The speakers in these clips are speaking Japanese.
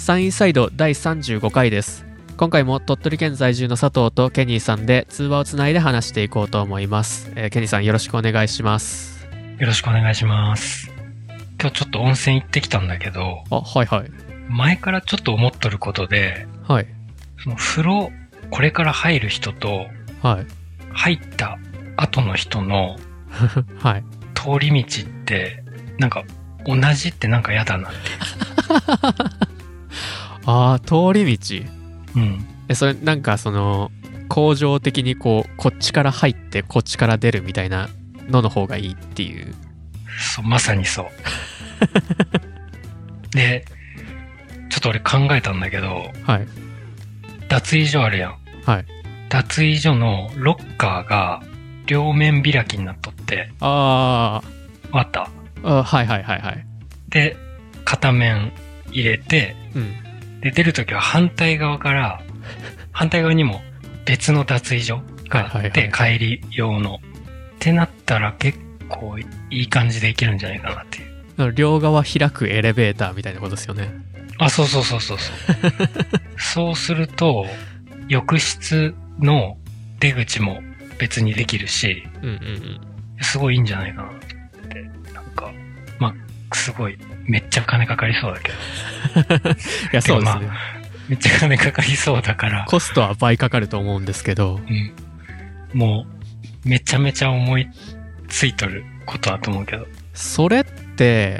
サインサイド第35回です。今回も鳥取県在住の佐藤とケニーさんで通話をつないで話していこうと思います。ケニーさんよろしくお願いします。 よろしくお願いします。今日ちょっと温泉行ってきたんだけど、 はいはい。 前からちょっと思っとることで、 はい。 その風呂、これから入る人と、 はい。 入った後の人のはい。 通り道って、なんか同じってなんか嫌だなっていう。 通り道。 うん。 それなんかその恒常的にこっちから入ってこっちから出るみたいなのの方がいいっていう。 そう、まさにそう。で、ちょっと俺考えたんだけど、 はい。 脱衣所あるやん。 はい。 脱衣所のロッカーが両面開きになっとって、 わかった。 はいはいはいはい。 で、片面入れて、 うん。 で、出るときは反対側にも別の脱衣所があって、帰り用の。ってなったら結構いい感じで行けるんじゃないかなっていう。 両側開くエレベーターみたいなことですよね。 あ、そう。そうすると、浴室の出口も別にできるし、すごいいいんじゃないかなって。なんか、まあ、すごい、めっちゃ金かかりそうだけど。いや、そうですね。 めっちゃ金かかりそうだから。 コストは倍かかると思うんですけど。 うん。もう、めちゃめちゃ思いついとることだと思うけど。 それって、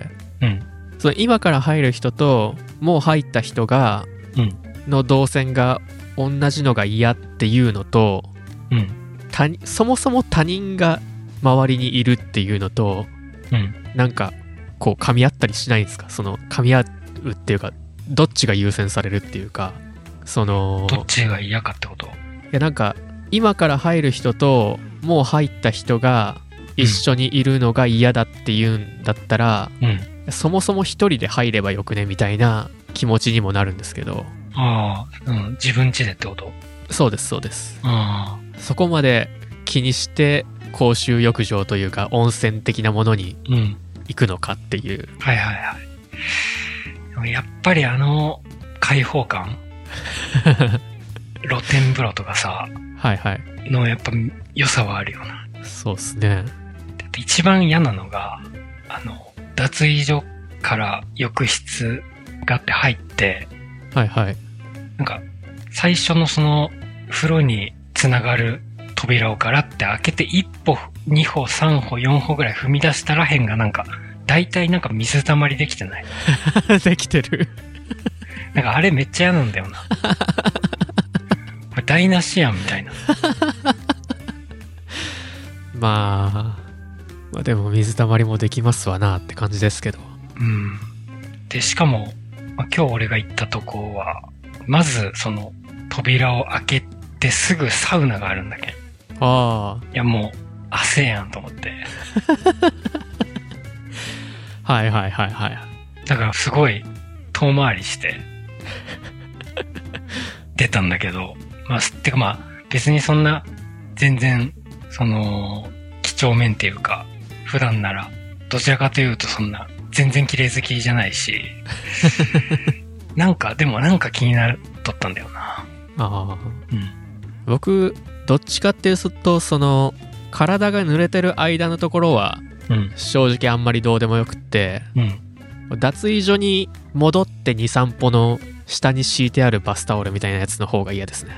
その今から入る人と、もう入った人が、の動線が同じのが嫌っていうのと、そもそも他人が周りにいるっていうのと、なんか、噛み合ったりしないんですか？その、噛み合うっていうか、どっちが優先されるっていうか、 どっちが嫌かってこと？いや、なんか、今から入る人と、もう入った人が一緒にいるのが嫌だっていうんだったら、そもそも一人で入ればよくねみたいな気持ちにもなるんですけど。 自分家でってこと？ そうです。そこまで気にして公衆浴場というか温泉的なものに行くのかっていう。 はい。やっぱり開放感露天風呂とかさ、のやっぱ良さはあるよな。 そうっすね。 一番嫌なのが脱衣所から浴室があって入って、なんか最初のその風呂につながる扉をガラって開けて1歩2歩3歩4歩ぐらい踏み出したらへんがなんか大体なんか水たまりできてない？ できてる。 なんかあれめっちゃ嫌なんだよな。これ台無しやんみたいな。 まあでも水たまりもできますわなって感じですけど。 で、しかも、今日俺が行ったとこは、まずその扉を開けてすぐサウナがあるんだけん。いやもう、汗やんと思って。 はい。 だからすごい遠回りして、出たんだけど、別にそんな、全然、几帳面っていうか、普段なら、どちらかというとそんな、全然綺麗好きじゃないし、でも気になっとったんだよな。 僕、どっちかっていうと、体が濡れてる間のところは、正直あんまりどうでもよくって、脱衣所に戻って2、3歩の下に敷いてあるバスタオルみたいなやつの方が嫌ですね。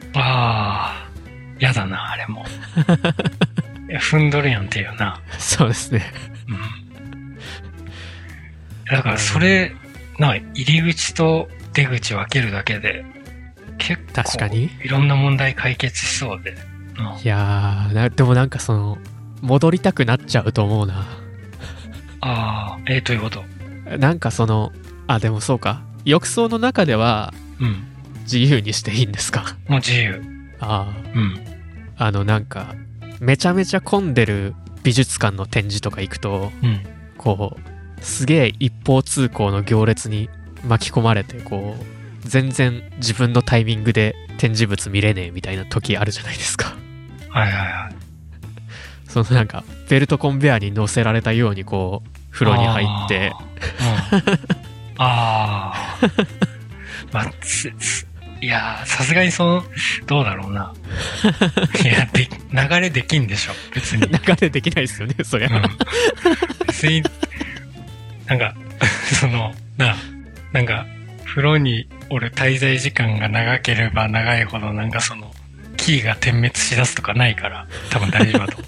やだな、あれも。踏んどるやんっていうな。 そうですね。 だからそれ、入り口と出口分けるだけで、結構、確かにいろんな問題解決しそうで。 いやー、でも戻りたくなっちゃうと思うな。 どういうこと？ でもそうか。浴槽の中では、自由にしていいんですか？ もう自由。 めちゃめちゃ混んでる美術館の展示とか行くと、すげえ一方通行の行列に巻き込まれて、全然自分のタイミングで展示物見れねえみたいな時あるじゃないですか。ベルトコンベアに乗せられたように風呂に入ってまあ、いやー、さすがにどうだろうな。いや、流れできんでしょ、別に。 流れできないですよね、そりゃ。 別に、なんか、なんか、風呂におる滞在時間が長ければ長いほど、なんかキーが点滅しだすとかないから、多分大丈夫だと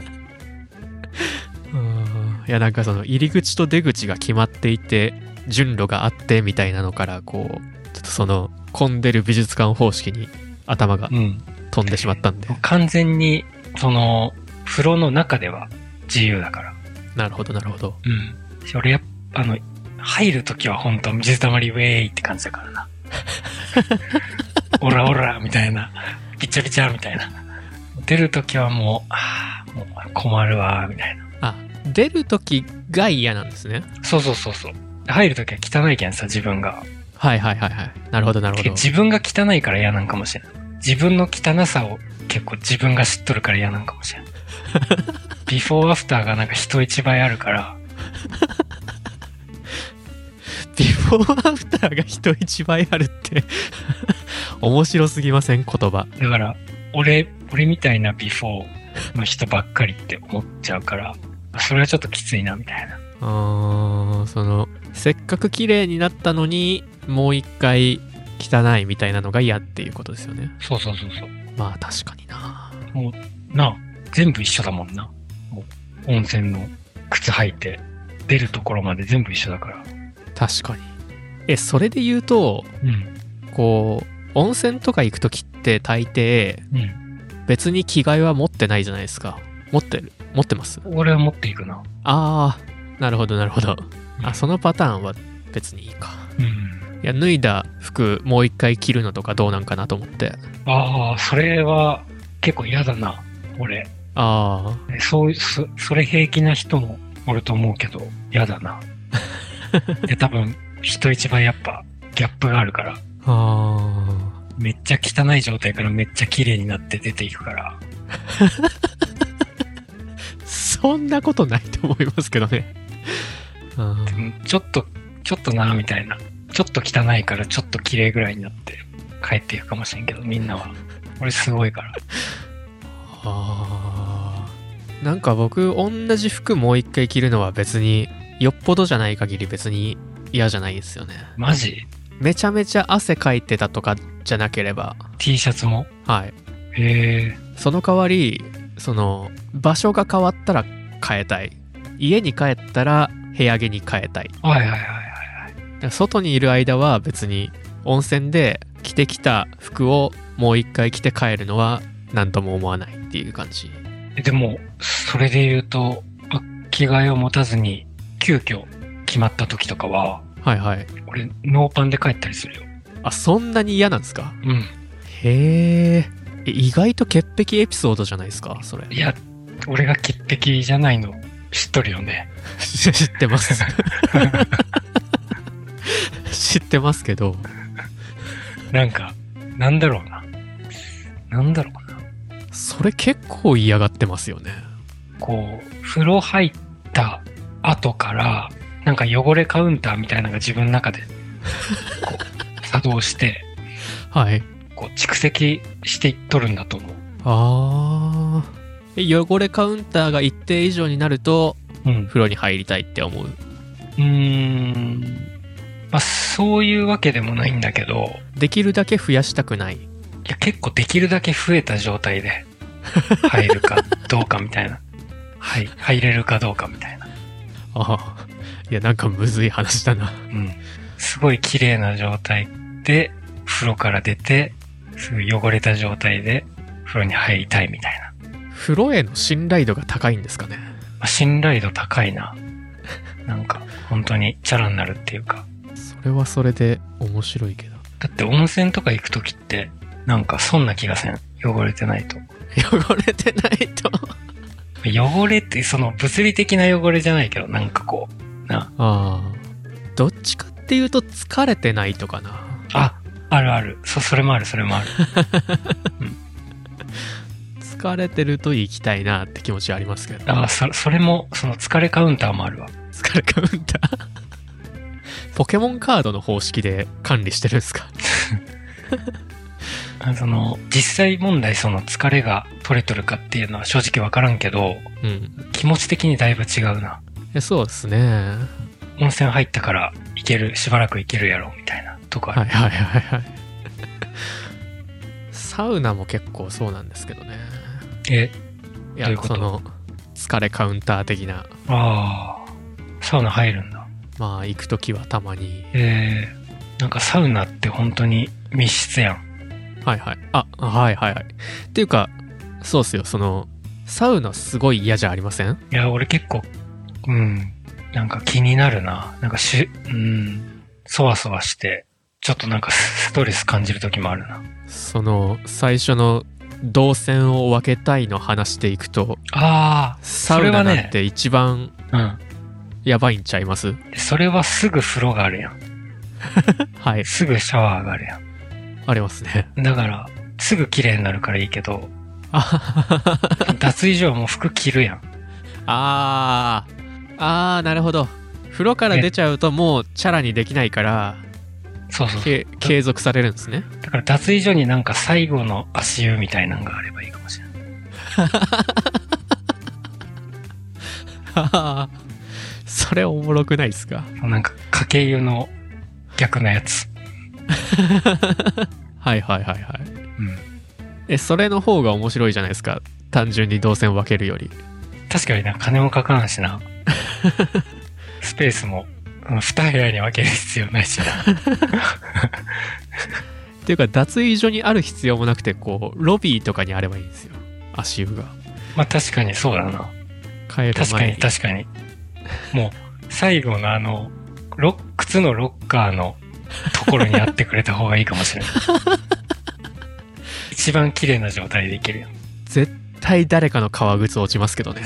思う。いや、なんか入り口と出口が決まっていて、順路があってみたいなのから、こう、ちょっと混んでる美術館方式に頭が飛んでしまったんで。 完全に、風呂の中では自由だから。 なるほど、なるほど。 うん。俺入るときは本当水たまりウェーイって感じだからな。オラオラみたいな。ピチャピチャみたいな。出るときはもう困るわみたいな。 あ、出るときが嫌なんですね。 そう。入るときは汚いけんさ、自分が。 はい。なるほど。 自分が汚いから嫌なんかもしれない。自分の汚さを結構自分が知っとるから嫌なんかもしれない。ビフォーアフターがなんか人一倍あるから。 ビフォーアフターが人一倍あるって面白すぎません、言葉。 だから俺みたいなビフォーの人ばっかりって思っちゃうから、それはちょっときついなみたいな。 せっかく綺麗になったのにもう一回汚いみたいなのが嫌っていうことですよね。 そう。 まあ確かにな。 もう全部一緒だもんな。もう温泉の靴履いて出るところまで全部一緒だから。 確かに。それで言うと、こう温泉とか行くときって大抵、別に着替えは持ってないじゃないですか。持ってます？ 俺は持っていくな。 ああ、なるほど。そのパターンは別にいいか。いや、脱いだ服もう一回着るのとかどうなんかなと思って。 ああ、それは結構嫌だな、俺。 ああ。 それ平気な人もおると思うけど、嫌だな。多分、人一倍やっぱギャップがあるから。めっちゃ汚い状態からめっちゃ綺麗になって出ていくから。 そんなことないと思いますけどね。 ちょっとな、みたいな。ちょっと汚いからちょっと綺麗ぐらいになって帰っていくかもしれんけど、みんなは。俺すごいから。 なんか僕、同じ服もう一回着るのは別に、よっぽどじゃない限り別に嫌じゃないですよね。 マジ？ めちゃめちゃ汗かいてたとかじゃなければ。 T シャツも？ はい。 へえ。 その代わり、場所が変わったら変えたい。家に帰ったら部屋着に変えたい。 はい。 外にいる間は別に温泉で着てきた服をもう一回着て帰るのは何とも思わないっていう感じ。 でも、それで言うと、着替えを持たずに急遽決まった時とかは、俺ノーパンで帰ったりするよ。 あ、そんなに嫌なんですか？ うん。 へえ。意外と潔癖エピソードじゃないですか、それ。 いや、俺が潔癖じゃないの知っとるよね。 知ってます。知ってますけど。 なんだろうな。 それ結構嫌がってますよね。 こう、風呂入った後から、なんか汚れカウンターみたいなのが自分の中で、こう、作動して、 はい。 こう、蓄積していっとるんだと思う。 あー。汚れカウンターが一定以上になると、風呂に入りたいって思う。 まあ、そういうわけでもないんだけど。 できるだけ増やしたくない。 いや、結構できるだけ増えた状態で、入るかどうかみたいな。入れるかどうかみたいな。 ああ。いや、なんかむずい話だな。 すごい綺麗な状態で、風呂から出て、すぐ汚れた状態で、風呂に入りたいみたいな。 風呂への信頼度が高いんですかね。 信頼度高いな。なんか、本当にチャラになるっていうか。 それはそれで面白いけど。 だって温泉とか行くときって、なんかそんな気がせん。汚れてないと。 汚れてないと汚れって、物理的な汚れじゃないけど、なんかこう、な。 ああ。どっちかっていうと疲れてないとかな。 あるある。それもある。 疲れてると行きたいなって気持ちはありますけど。 それも、疲れカウンターもあるわ。 疲れカウンターポケモンカードの方式で管理してるんですか？ 実際問題疲れが取れとるかっていうのは正直わからんけど、うん、気持ち的にだいぶ違うな。 そうですね。 温泉入ったからしばらく行けるやろみたいなとこある。 はいはいはいはい。サウナも結構そうなんですけどね。 いや、どういうこと？ 疲れカウンター的な。 ああ、サウナ入るんだ。 まあ行くときはたまに。 なんかサウナって本当に密室やん。 はいはい。はいはいはい。っていうか、そうっすよ。サウナすごい嫌じゃありません？ いや、俺結構、なんか気になるな。なんかそわそわして、ちょっとなんかストレス感じる時もあるな。 最初の動線を分けたいの話でいくと、サウナなんて一番、やばいんちゃいます？ それはすぐ風呂があるやん。 はい。 すぐシャワーがあるやん。 ありますね。 だから、すぐ綺麗になるからいいけど、脱衣所はもう服着るやん。 なるほど。風呂から出ちゃうともうチャラにできないから、 そう。 継続されるんですね。 だから脱衣所になんか最後の足湯みたいなのがあればいいかもしれない。それおもろくないですか？ なんかかけ湯の逆なやつ。 はいはいはいはい。それの方が面白いじゃないですか。単純に動線を分けるより。 確かにな、金もかからんしな。スペースも2部屋に分ける必要ないしな。 っていうか脱衣所にある必要もなくて、ロビーとかにあればいいんですよ、足湯が。 まあ確かにそうだな。 帰る前に。 確かに。もう最後の靴のロッカーのところにあってくれた方がいいかもしれない。一番綺麗な状態でいけるよ。 絶対誰かの革靴落ちますけどね。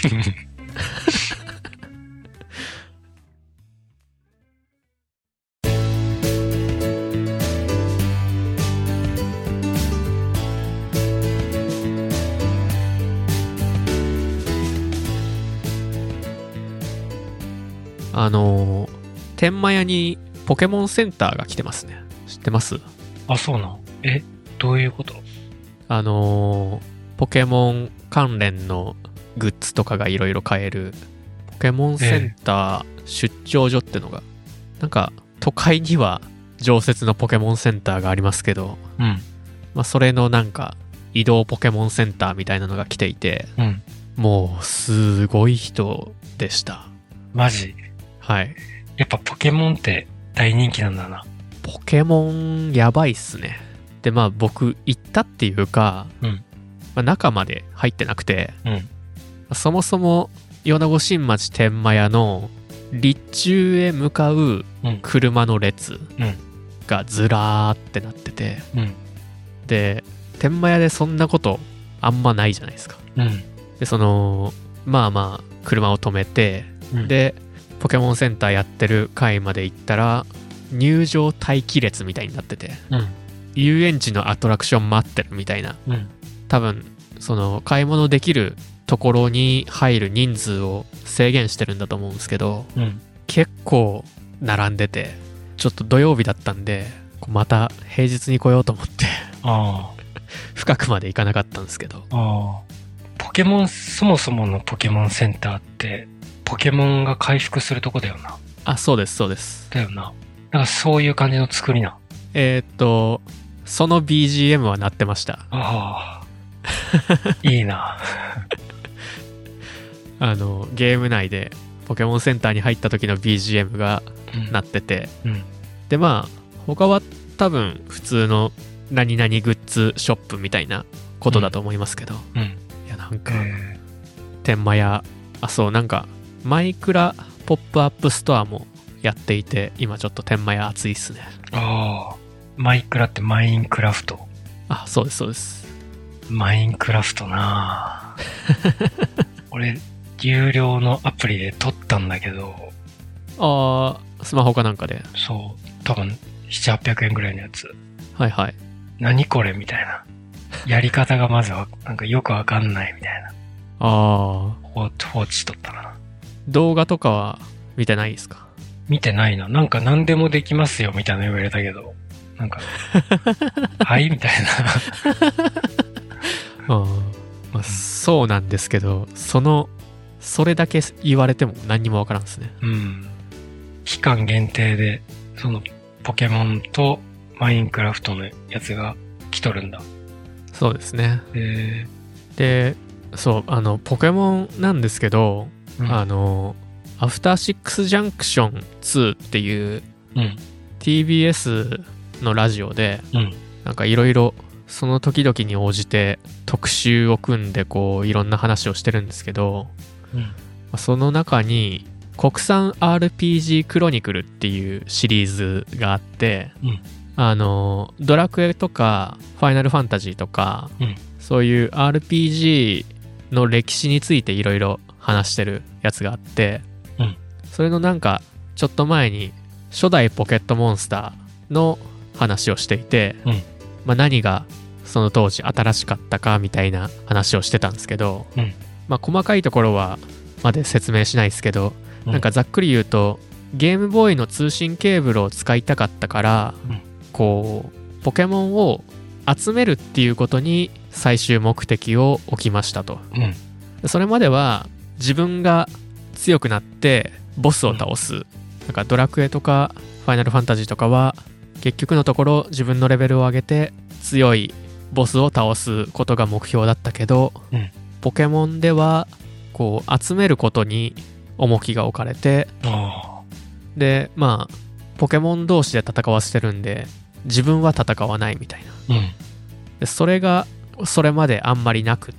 天満屋にポケモンセンターが来てますね。知ってます？ そうなの？どういうこと？ ポケモン関連のグッズとかがいろいろ買えるポケモンセンター出張所ってのが、なんか都会には常設のポケモンセンターがありますけど、それのなんか移動ポケモンセンターみたいなのが来ていて、もうすごい人でした。 マジ？はい。やっぱポケモンって大人気なんだな。 ポケモンやばいっすね。で僕行ったっていうか、中まで入ってなくて、そもそも米子新町天満屋の立中へ向かう車の列がずらーってなってて、で天満屋でそんなことあんまないじゃないですか。で車を止めて、でポケモンセンターやってる階まで行ったら入場待機列みたいになってて、遊園地のアトラクション待ってるみたいな、多分買い物できるところに入る人数を制限してるんだと思うんですけど、結構並んでて、ちょっと土曜日だったんでまた平日に来ようと思って深くまで行かなかったんですけど。 ポケモン、そもそものポケモンセンターってポケモンが回復するとこだよな。 そうですそうです。 だよな。なんかそういう感じの作りな。 その BGM は鳴ってました。 いいな。 ゲーム内でポケモンセンターに入った時の BGM が鳴ってて、で他は多分普通の何々グッズショップみたいなことだと思いますけど、いやなんか天満屋、なんかマイクラポップアップストアもやっていて、今ちょっと天満屋熱いっすね。 マイクラってマインクラフト？ そうですそうです。 マインクラフトな俺有料のアプリで撮ったんだけど、 スマホかなんかで。 そう、多分7、800円ぐらいのやつ。 はいはい。 何これみたいな。やり方がまずはなんかよくわかんないみたいな。放置しとったな。 動画とかは見てないですか？ 見てないな。なんか何でもできますよみたいな言われたけど、なんか、はいみたいな。まあ、そうなんですけど、それだけ言われても何にもわからんですね。 うん。期間限定で、その、ポケモンとマインクラフトのやつが来とるんだ。 そうですね。で、そう、ポケモンなんですけど、うん、アフターシックスジャンクション2っていう、うん、TBS のラジオで、うん、なんかいろいろその時々に応じて特集を組んでこういろんな話をしてるんですけど、うん、その中に国産 RPG クロニクルっていうシリーズがあって、うん、ドラクエとかファイナルファンタジーとか、うん、そういう RPG の歴史についていろいろ話してるやつがあって、うん、それのなんかちょっと前に初代ポケットモンスターの話をしていて、うん、まあ、何がその当時新しかったかみたいな話をしてたんですけど、うん、まあ、細かいところはまで説明しないですけど、うん、なんかざっくり言うとゲームボーイの通信ケーブルを使いたかったから、うん、こうポケモンを集めるっていうことに最終目的を置きましたと、うん、それまでは自分が強くなってボスを倒す、うん、なんかドラクエとかファイナルファンタジーとかは結局のところ自分のレベルを上げて強いボスを倒すことが目標だったけど、うん、ポケモンではこう集めることに重きが置かれて、でまあポケモン同士で戦わせてるんで自分は戦わないみたいな、うん、でそれがそれまであんまりなくって、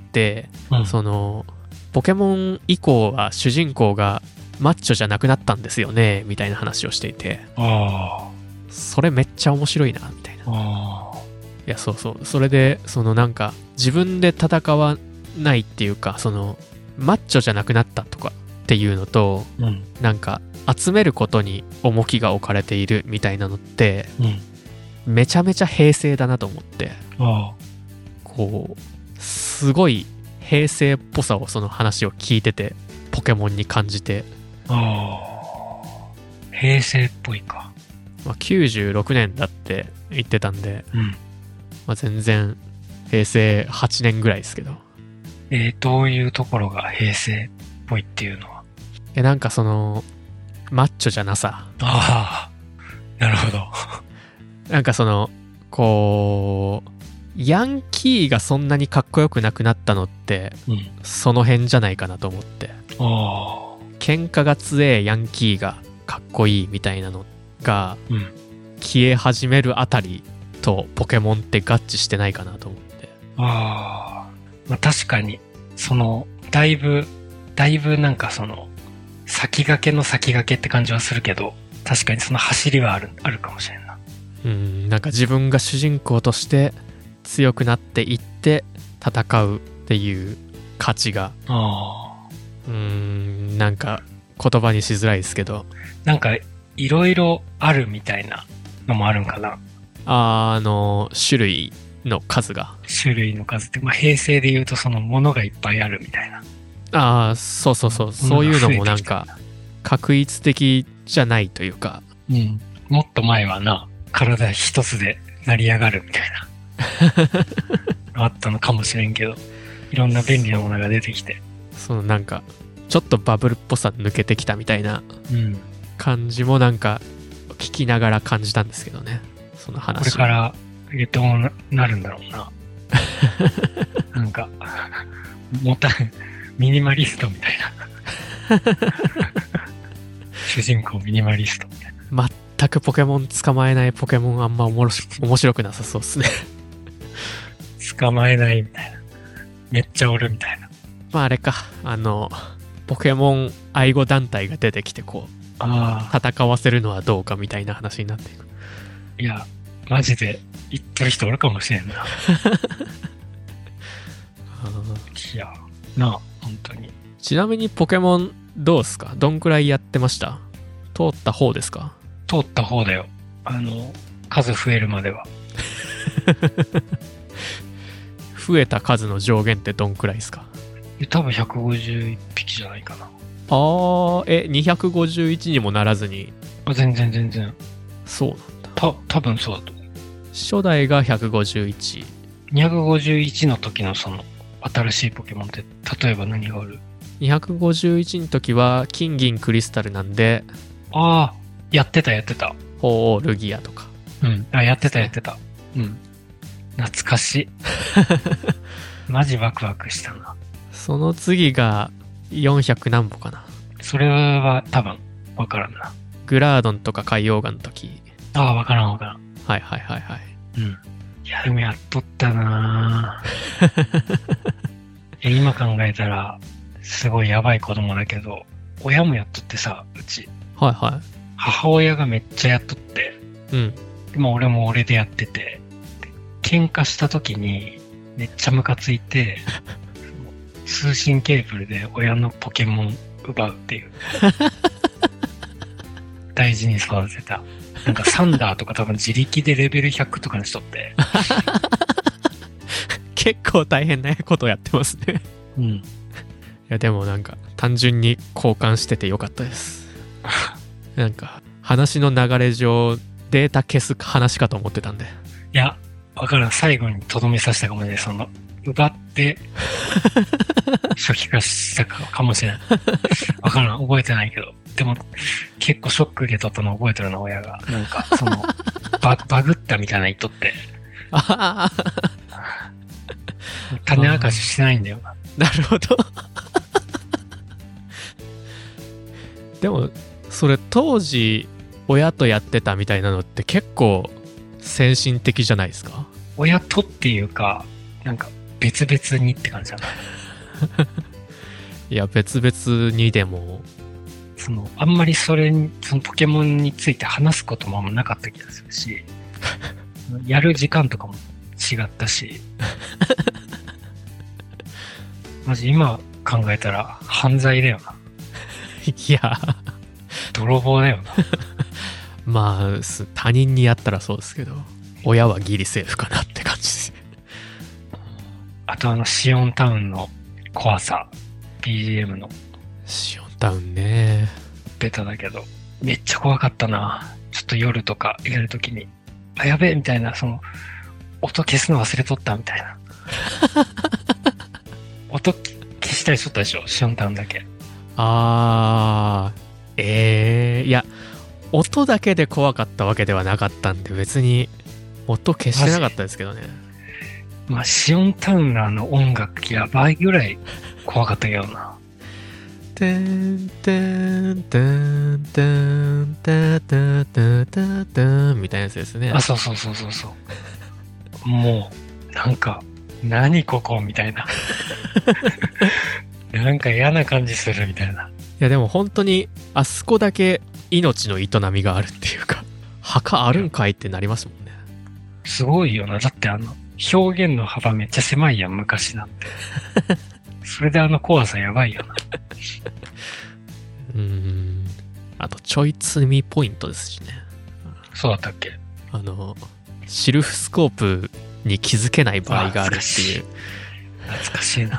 うん、そのポケモン以降は主人公がマッチョじゃなくなったんですよねみたいな話をしていて、それめっちゃ面白いなみたいな。いやそうそう、それでそのなんか自分で戦わないっていうか、そのマッチョじゃなくなったとかっていうのと、うん、なんか集めることに重きが置かれているみたいなのって、うん、めちゃめちゃ平成だなと思って、こうすごい平成っぽさをその話を聞いててポケモンに感じて、 平成っぽいか、 まあ、96年だって言ってたんで、うん、まあ、全然平成8年ぐらいですけど、 どういうところが平成っぽいっていうのは？ なんかそのマッチョじゃなさ。 ああ、なるほど。 なんかそのこうヤンキーがそんなにかっこよくなくなったのって、うん、その辺じゃないかなと思って。喧嘩が強えヤンキーがかっこいいみたいなのが、うん、消え始めるあたりとポケモンって合致してないかなと思って。 まあ、確かにそのだいぶなんかその先駆けの先駆けって感じはするけど、確かにその走りはあるかもしれんな。 なんか自分が主人公として強くなっていって戦うっていう価値が、なんか言葉にしづらいですけど、 なんかいろいろあるみたいなのもあるんかな。 種類の数って、まあ、平成で言うとそのものがいっぱいあるみたいな。そうそういうのもなんか確一的じゃないというか、 うん、もっと前はな体一つで成り上がるみたいなあったのかもしれんけど、いろんな便利なものが出てきて、 そのなんかちょっとバブルっぽさ抜けてきたみたいな感じもなんか聞きながら感じたんですけどね、その話。 これからどうなるんだろうな。なんかミニマリストみたいな。主人公ミニマリストみたいな。全くポケモン捕まえないポケモンあんま面白くなさそうですね。 捕まえないみたいな。めっちゃおるみたいな。 まああれか、ポケモン愛護団体が出てきてこう戦わせるのはどうかみたいな話になっていく。 いやマジで言ってる人おるかもしれんな。いやなあ本当に。 ちなみにポケモンどうすか？どんくらいやってました？通った方ですか？ 通った方だよ。数増えるまでは。 増えた数の上限ってどんくらいですか？ 多分151匹じゃないかな。 251にもならずに全然。 そうなんだ。 多分そうだと思う。 初代が151。 251の時のその新しいポケモンって例えば何がある ？251の時は金銀クリスタルなんで、 ああ、やってた。 鳳凰ルギアとか。 うん。やってた。うん。懐かしい。マジワクワクしたな。 その次が400何歩かな。 それは多分わからんな。 グラードンとか海洋ガの時。 ああ、わからん。 はい。 うん。いや、でもやっとったな今考えたら、すごいやばい子供だけど、親もやっとってさ、うち。 はい。 母親がめっちゃやっとって。 うん。 でも俺も俺でやってて、喧嘩した時にめっちゃムカついて、通信ケーブルで親のポケモン奪うっていう。大事に育てた。なんかサンダーとか多分自力でレベル100とかにしとって。 結構大変なことやってますね。 うん。いやでもなんか単純に交換しててよかったです。なんか話の流れ上データ消す話かと思ってたんで。 いや、わからん。最後にとどめさせたかもしれない。その、奪って、初期化したかもしれない。わからん。覚えてないけど。でも、結構ショック受け取ったの覚えてるな、親が。なんか、その、バグったみたいな言っとって。種明かししないんだよな。 なるほど。でも、それ当時、親とやってたみたいなのって結構先進的じゃないですか？ 親とっていうか、なんか別々にって感じだな。 いや、別々にでも。 その、あんまりそのポケモンについて話すこともあんまなかった気がするし、やる時間とかも違ったし、マジ今考えたら犯罪だよな。 いや、 泥棒だよな。 まあ他人にやったらそうですけど、親はギリセーフかなって感じです。 あとシオンタウンの怖さ、 BGM のシオンタウンね、 ベタだけどめっちゃ怖かったな。ちょっと夜とかやるときに、あ、やべえみたいな、その音消すの忘れとったみたいな。音消したりしとったでしょ、シオンタウンだけ。 いや、音だけで怖かったわけではなかったんで、別に音消してなかったですけどね。 まあ、シオンタウンの音楽やばいぐらい怖かったけどな。 てんてんてんてんてんてんてんてんてんみたいなやつですね。 あ、そう。もう、なんか、何ここみたいな。なんか嫌な感じするみたいな。 いやでも本当にあそこだけ命の営みがあるっていうか、墓あるんかいってなりますもんね。 すごいよな。だって表現の幅めっちゃ狭いやん、昔なんて。それで怖さやばいよな。 あとちょい積みポイントですしね。 そうだったっけ？ シルフスコープに気づけない場合があるっていう。 懐かしいな。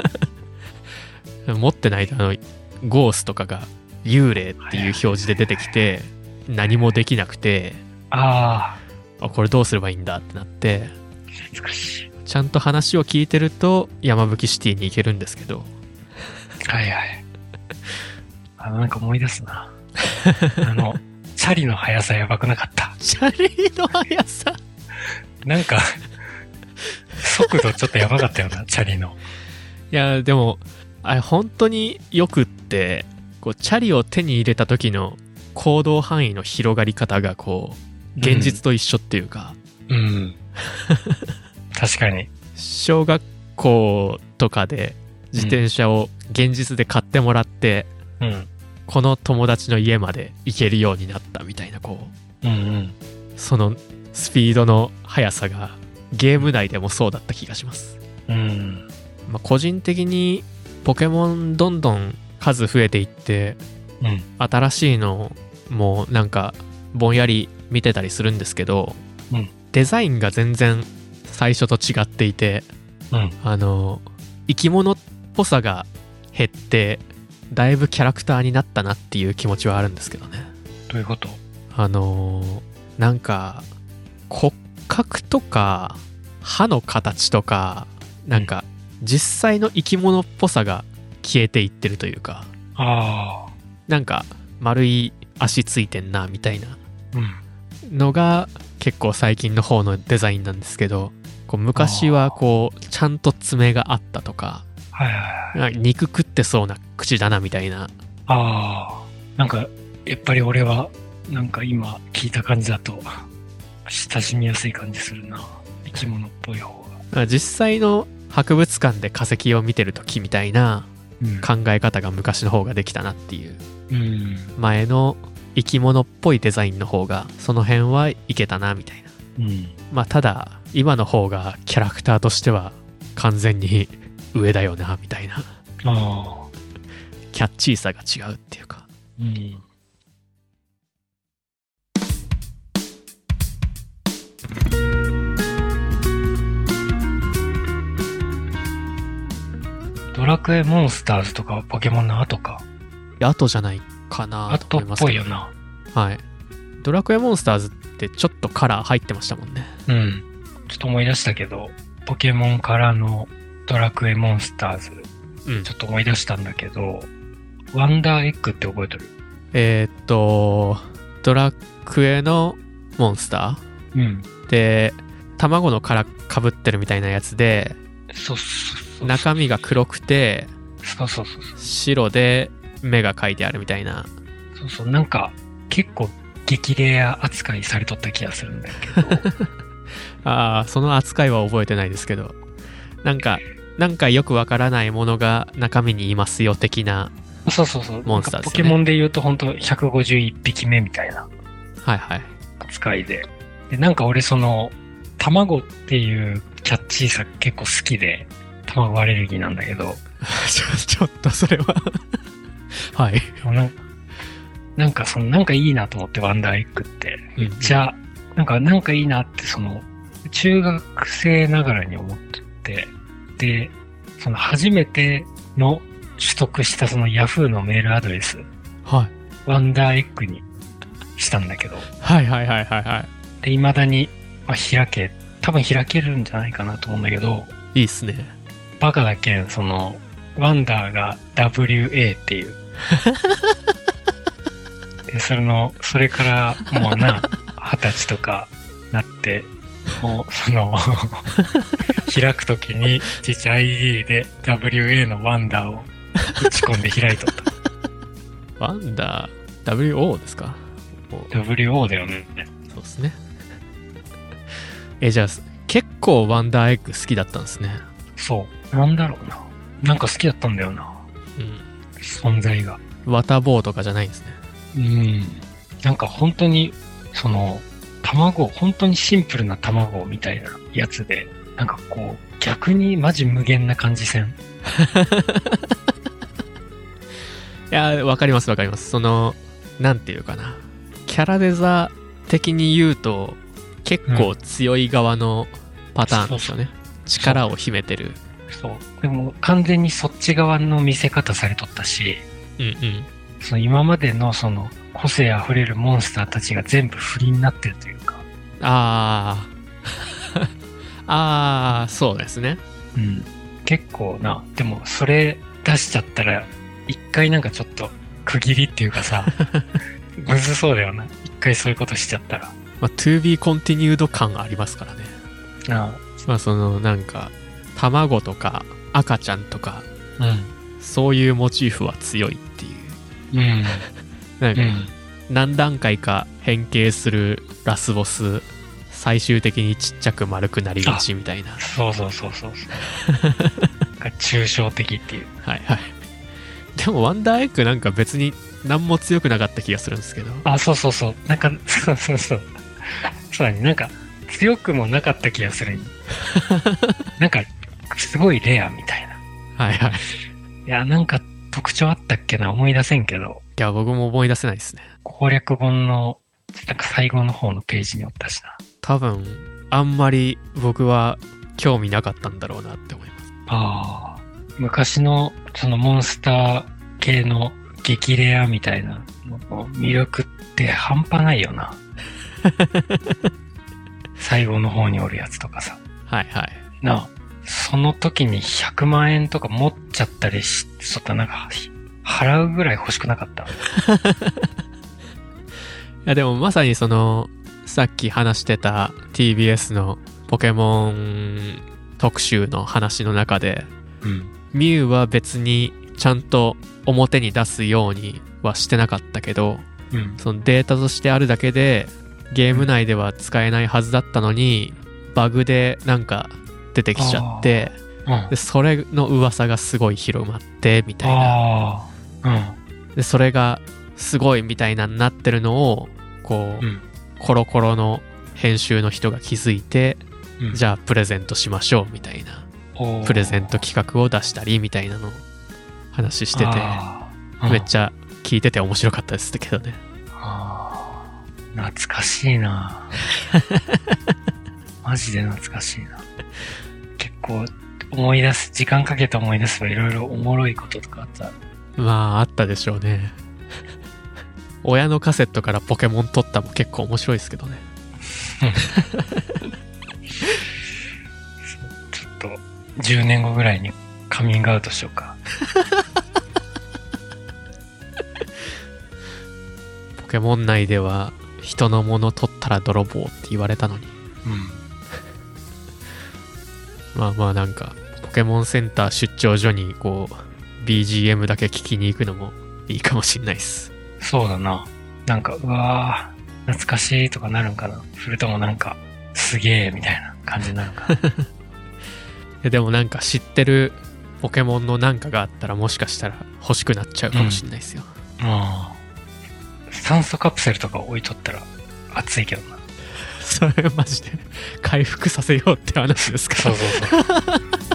持ってないとゴースとかが幽霊っていう表示で出てきて何もできなくて、これどうすればいいんだってなって、 懐かしい。 ちゃんと話を聞いてると山吹シティに行けるんですけど、 はいはい。なんか思い出すな。チャリの速さやばくなかった？ チャリの速さなんか速度ちょっとやばかったよな、チャリの。 いやでもあれ本当によくって、こうチャリを手に入れた時の行動範囲の広がり方がこう現実と一緒っていうか、 確かに小学校とかで自転車を現実で買ってもらって、この友達の家まで行けるようになったみたいな、こう、そのスピードの速さがゲーム内でもそうだった気がします。個人的にポケモンどんどん数増えていって、新しいのもなんかぼんやり見てたりするんですけど、デザインが全然最初と違っていて、生き物っぽさが減ってだいぶキャラクターになったなっていう気持ちはあるんですけどね。 どういうこと？ なんか骨格とか歯の形とかなんか実際の生き物っぽさが消えていってるというか、なんか丸い足ついてんなみたいなのが結構最近の方のデザインなんですけど、こう昔はこうちゃんと爪があったとか、肉食ってそうな口だなみたいな。 なんかやっぱり俺はなんか今聞いた感じだと親しみやすい感じするな、生き物っぽい方が。 実際の博物館で化石を見てる時みたいな考え方が昔の方ができたなっていう、前の生き物っぽいデザインの方がその辺はいけたなみたいな、ただ今の方がキャラクターとしては完全に上だよなみたいな、キャッチーさが違うっていうか、 ドラクエモンスターズとかポケモンの後か。 後じゃないかなと思いますけど。 後っぽいよな。 はい。ドラクエモンスターズってちょっとカラー入ってましたもんね。 ちょっと思い出したけど、ポケモンからのドラクエモンスターズ、ちょっと思い出したんだけど、ワンダーエッグって覚えてる？ ドラクエのモンスター、で、卵の殻かぶってるみたいなやつで、中身が黒くて、白で目が描いてあるみたいな。 なんか結構激レア扱いされとった気がするんだけど。 その扱いは覚えてないですけど、なんかよくわからないものが中身にいますよ的なモンスターですね。 ポケモンで言うと本当151匹目みたいな扱いで、なんか俺その卵っていうキャッチーさ結構好きで、卵アレルギーなんだけどちょっとそれははい。 なんかいいなと思って、ワンダーエッグって。めっちゃ、なんかいいなって、中学生ながらに思ってて、で、初めての取得したヤフーのメールアドレス、ワンダーエッグにしたんだけど、で、未だに、多分開けるんじゃないかなと思うんだけど、 いいっすね。 バカだけん、ワンダーが WA っていう。で、それからもう20歳とかなって、もう開くときに、ちっちゃい ID で WA のワンダーを打ち込んで開いとった。 ワンダー、WO ですか？ WO だよね。 そうですね。じゃあ、結構ワンダーエッグ好きだったんですね。 そう。なんだろうな。なんか好きだったんだよな。存在が。 綿棒とかじゃないんですね。 なんか本当に、卵、本当にシンプルな卵みたいなやつで、なんかこう、逆にマジ無限な感じせん。 いや、わかります。なんていうかな。キャラデザ的に言うと、結構強い側のパターンですよね。力を秘めてる。 でも完全にそっち側の見せ方されとったし、今までの個性あふれるモンスターたちが全部不利になってるというか。 そうですね。 結構な、でもそれ出しちゃったら、一回なんかちょっと区切りっていうかさ、むずそうだよな。一回そういうことしちゃったら。 to be continued 感ありますからね。なんか、卵とか赤ちゃんとか、そういうモチーフは強いっていう。なんか、何段階か変形するラスボス、最終的にちっちゃく丸くなりがちみたいな。 そう。抽象的っていう。 でもワンダーエッグなんか別に何も強くなかった気がするんですけど。 そう。なんか、そうだね。なんか、強くもなかった気がする。なんか、すごいレアみたいな。いや、なんか特徴あったっけな、思い出せんけど。 いや、僕も思い出せないですね。 攻略本の、なんか最後の方のページにおったしな。 多分、あんまり僕は興味なかったんだろうなって思います。 昔の、モンスター系の激レアみたいなの魅力って半端ないよな。最後の方におるやつとかさ。 はいはい。 なあ、その時に100万円とか持っちゃったりしとったらなんか、払うぐらい欲しくなかった。いやでもまさにその、さっき話してた TBS のポケモン特集の話の中で、ミュウは別にちゃんと表に出すようにはしてなかったけど、そのデータとしてあるだけでゲーム内では使えないはずだったのにバグでなんか出てきちゃって、でそれの噂がすごい広まってみたいな、でそれがすごいみたいなになってるのをこう、コロコロの編集の人が気づいて、じゃあプレゼントしましょうみたいな、プレゼント企画を出したりみたいなのを話してて、めっちゃ聞いてて面白かったですけどね。 懐かしいな。マジで懐かしいな。結構思い出す、時間かけて思い出せばいろいろおもろいこととかあった。 まああったでしょうね。親のカセットからポケモン撮ったも結構面白いですけどね。 ちょっと10年後ぐらいにカミングアウトしようか。 ポケモン内では人のもの取ったら泥棒って言われたのに、まあまあなんかポケモンセンター出張所にこう BGM だけ聞きに行くのもいいかもしんないっす。 そうだな。なんかうわー懐かしいとかなるんかな。それともなんかすげえみたいな感じになるかな。 でもなんか知ってるポケモンのなんかがあったらもしかしたら欲しくなっちゃうかもしんないですよ。 酸素カプセルとか置いとったら熱いけどな。 それマジで回復させようって話ですか。 そうそうそう。